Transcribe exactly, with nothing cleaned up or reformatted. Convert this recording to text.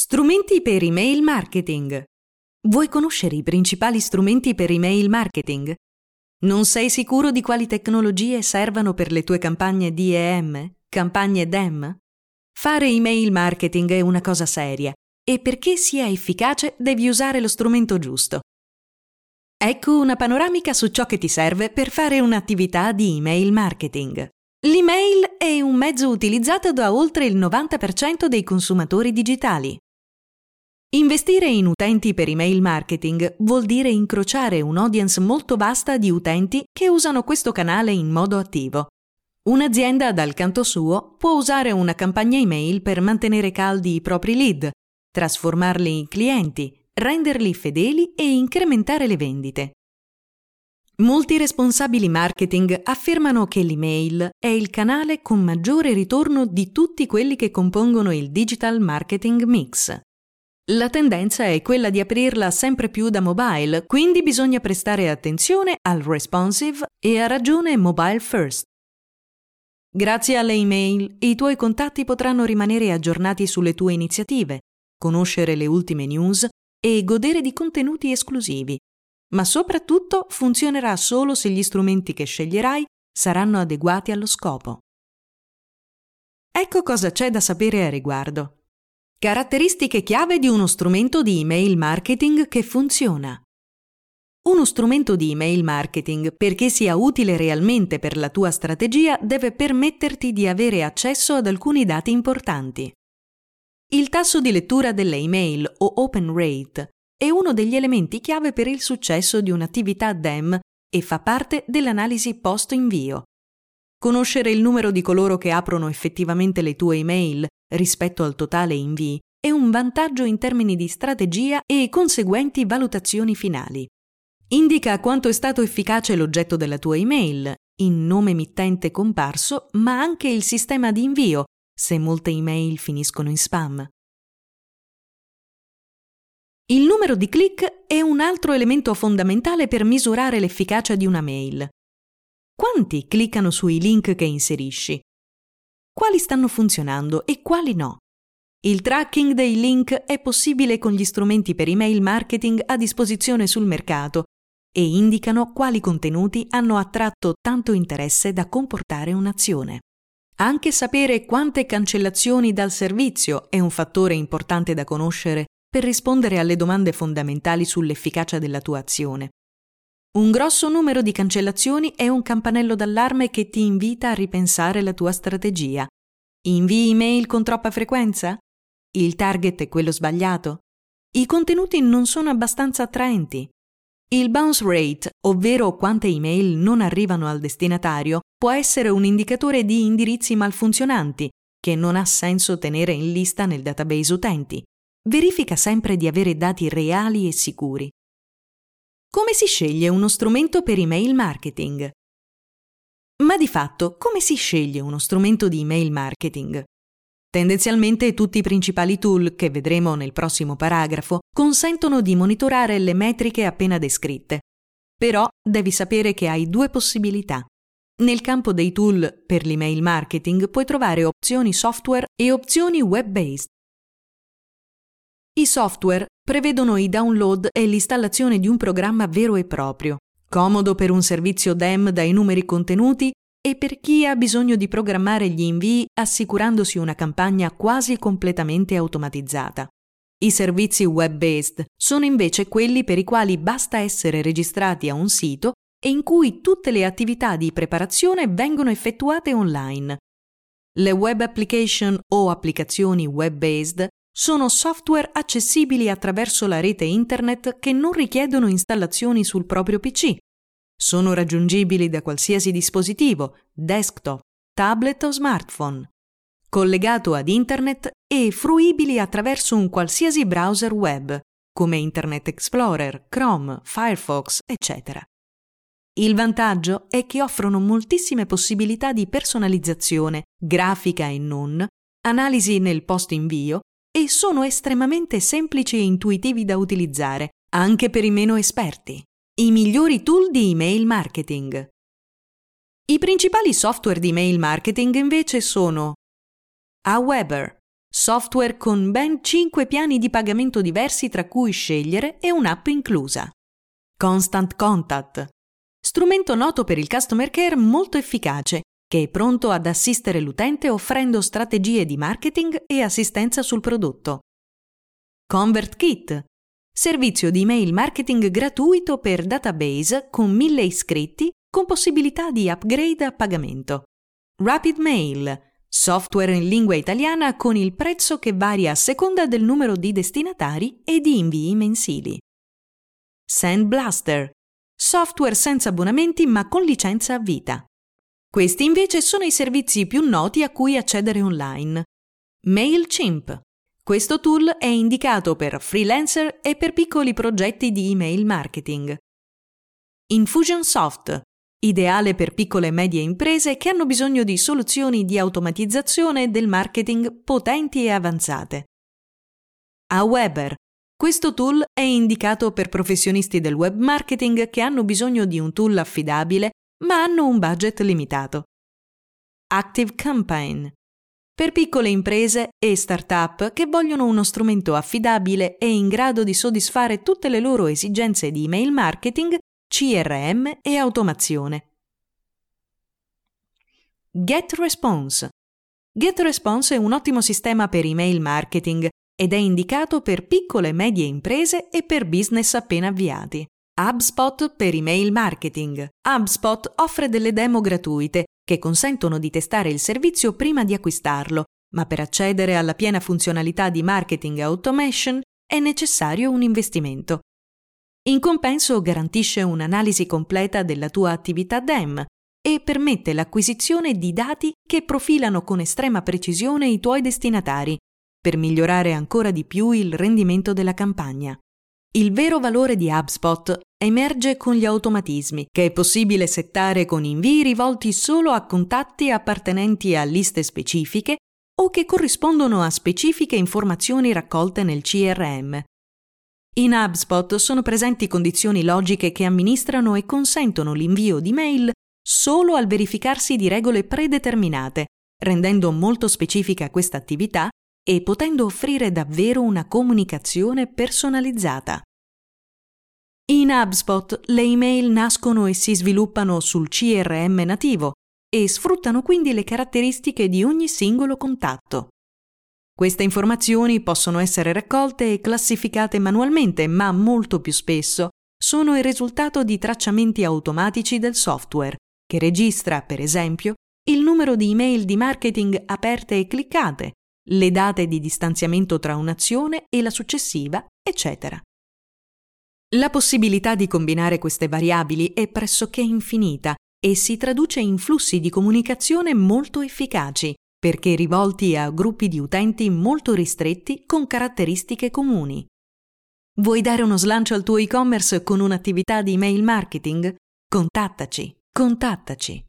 Strumenti per email marketing. Vuoi conoscere i principali strumenti per email marketing? Non sei sicuro di quali tecnologie servano per le tue campagne D E M, campagne D E M? Fare email marketing è una cosa seria e perché sia efficace devi usare lo strumento giusto. Ecco una panoramica su ciò che ti serve per fare un'attività di email marketing. L'email è un mezzo utilizzato da oltre il novanta per cento dei consumatori digitali. Investire in utenti per email marketing vuol dire incrociare un'audience molto vasta di utenti che usano questo canale in modo attivo. Un'azienda, dal canto suo, può usare una campagna email per mantenere caldi i propri lead, trasformarli in clienti, renderli fedeli e incrementare le vendite. Molti responsabili marketing affermano che l'email è il canale con maggiore ritorno di tutti quelli che compongono il digital marketing mix. La tendenza è quella di aprirla sempre più da mobile, quindi bisogna prestare attenzione al responsive e a ragione mobile first. Grazie alle email, i tuoi contatti potranno rimanere aggiornati sulle tue iniziative, conoscere le ultime news e godere di contenuti esclusivi, ma soprattutto funzionerà solo se gli strumenti che sceglierai saranno adeguati allo scopo. Ecco cosa c'è da sapere a riguardo. Caratteristiche chiave di uno strumento di email marketing che funziona. Uno strumento di email marketing, perché sia utile realmente per la tua strategia, deve permetterti di avere accesso ad alcuni dati importanti. Il tasso di lettura delle email o open rate è uno degli elementi chiave per il successo di un'attività D E M e fa parte dell'analisi post-invio. Conoscere il numero di coloro che aprono effettivamente le tue email rispetto al totale invii è un vantaggio in termini di strategia e conseguenti valutazioni finali. Indica quanto è stato efficace l'oggetto della tua email, in nome mittente comparso, ma anche il sistema di invio, se molte email finiscono in spam. Il numero di click è un altro elemento fondamentale per misurare l'efficacia di una mail. Quanti cliccano sui link che inserisci? Quali stanno funzionando e quali no? Il tracking dei link è possibile con gli strumenti per email marketing a disposizione sul mercato e indicano quali contenuti hanno attratto tanto interesse da comportare un'azione. Anche sapere quante cancellazioni dal servizio è un fattore importante da conoscere per rispondere alle domande fondamentali sull'efficacia della tua azione. Un grosso numero di cancellazioni è un campanello d'allarme che ti invita a ripensare la tua strategia. Invii email con troppa frequenza? Il target è quello sbagliato? I contenuti non sono abbastanza attraenti? Il bounce rate, ovvero quante email non arrivano al destinatario, può essere un indicatore di indirizzi malfunzionanti, che non ha senso tenere in lista nel database utenti. Verifica sempre di avere dati reali e sicuri. Come si sceglie uno strumento per email marketing? Ma di fatto, come si sceglie uno strumento di email marketing? Tendenzialmente tutti i principali tool, che vedremo nel prossimo paragrafo, consentono di monitorare le metriche appena descritte. Però devi sapere che hai due possibilità. Nel campo dei tool per l'email marketing puoi trovare opzioni software e opzioni web-based. I software prevedono i download e l'installazione di un programma vero e proprio, comodo per un servizio D E M dai numeri contenuti e per chi ha bisogno di programmare gli invii assicurandosi una campagna quasi completamente automatizzata. I servizi web-based sono invece quelli per i quali basta essere registrati a un sito e in cui tutte le attività di preparazione vengono effettuate online. Le web application o applicazioni web-based sono software accessibili attraverso la rete internet che non richiedono installazioni sul proprio P C. Sono raggiungibili da qualsiasi dispositivo, desktop, tablet o smartphone, collegato ad internet e fruibili attraverso un qualsiasi browser web, come Internet Explorer, Chrome, Firefox, eccetera. Il vantaggio è che offrono moltissime possibilità di personalizzazione, grafica e non, analisi nel post-invio, e sono estremamente semplici e intuitivi da utilizzare, anche per i meno esperti. I migliori tool di email marketing. I principali software di email marketing invece sono Aweber, software con ben cinque piani di pagamento diversi tra cui scegliere e un'app inclusa. Constant Contact, strumento noto per il customer care molto efficace, che è pronto ad assistere l'utente offrendo strategie di marketing e assistenza sul prodotto. ConvertKit, servizio di email marketing gratuito per database con mille iscritti con possibilità di upgrade a pagamento. RapidMail, software in lingua italiana con il prezzo che varia a seconda del numero di destinatari e di invii mensili. SendBlaster, software senza abbonamenti ma con licenza a vita. Questi invece sono i servizi più noti a cui accedere online. MailChimp. Questo tool è indicato per freelancer e per piccoli progetti di email marketing. Infusionsoft, ideale per piccole e medie imprese che hanno bisogno di soluzioni di automatizzazione del marketing potenti e avanzate. Aweber. Questo tool è indicato per professionisti del web marketing che hanno bisogno di un tool affidabile ma hanno un budget limitato. ActiveCampaign. Per piccole imprese e start-up che vogliono uno strumento affidabile e in grado di soddisfare tutte le loro esigenze di email marketing, C R M e automazione. GetResponse. GetResponse è un ottimo sistema per email marketing ed è indicato per piccole e medie imprese e per business appena avviati. HubSpot per email marketing. HubSpot offre delle demo gratuite che consentono di testare il servizio prima di acquistarlo, ma per accedere alla piena funzionalità di marketing e automation è necessario un investimento. In compenso garantisce un'analisi completa della tua attività D E M e permette l'acquisizione di dati che profilano con estrema precisione i tuoi destinatari, per migliorare ancora di più il rendimento della campagna. Il vero valore di HubSpot emerge con gli automatismi, che è possibile settare con invii rivolti solo a contatti appartenenti a liste specifiche o che corrispondono a specifiche informazioni raccolte nel C R M. In HubSpot sono presenti condizioni logiche che amministrano e consentono l'invio di mail solo al verificarsi di regole predeterminate, rendendo molto specifica questa attività e potendo offrire davvero una comunicazione personalizzata. In HubSpot le email nascono e si sviluppano sul C R M nativo e sfruttano quindi le caratteristiche di ogni singolo contatto. Queste informazioni possono essere raccolte e classificate manualmente, ma molto più spesso sono il risultato di tracciamenti automatici del software, che registra, per esempio, il numero di email di marketing aperte e cliccate, le date di distanziamento tra un'azione e la successiva, eccetera. La possibilità di combinare queste variabili è pressoché infinita e si traduce in flussi di comunicazione molto efficaci, perché rivolti a gruppi di utenti molto ristretti con caratteristiche comuni. Vuoi dare uno slancio al tuo e-commerce con un'attività di email marketing? Contattaci, contattaci.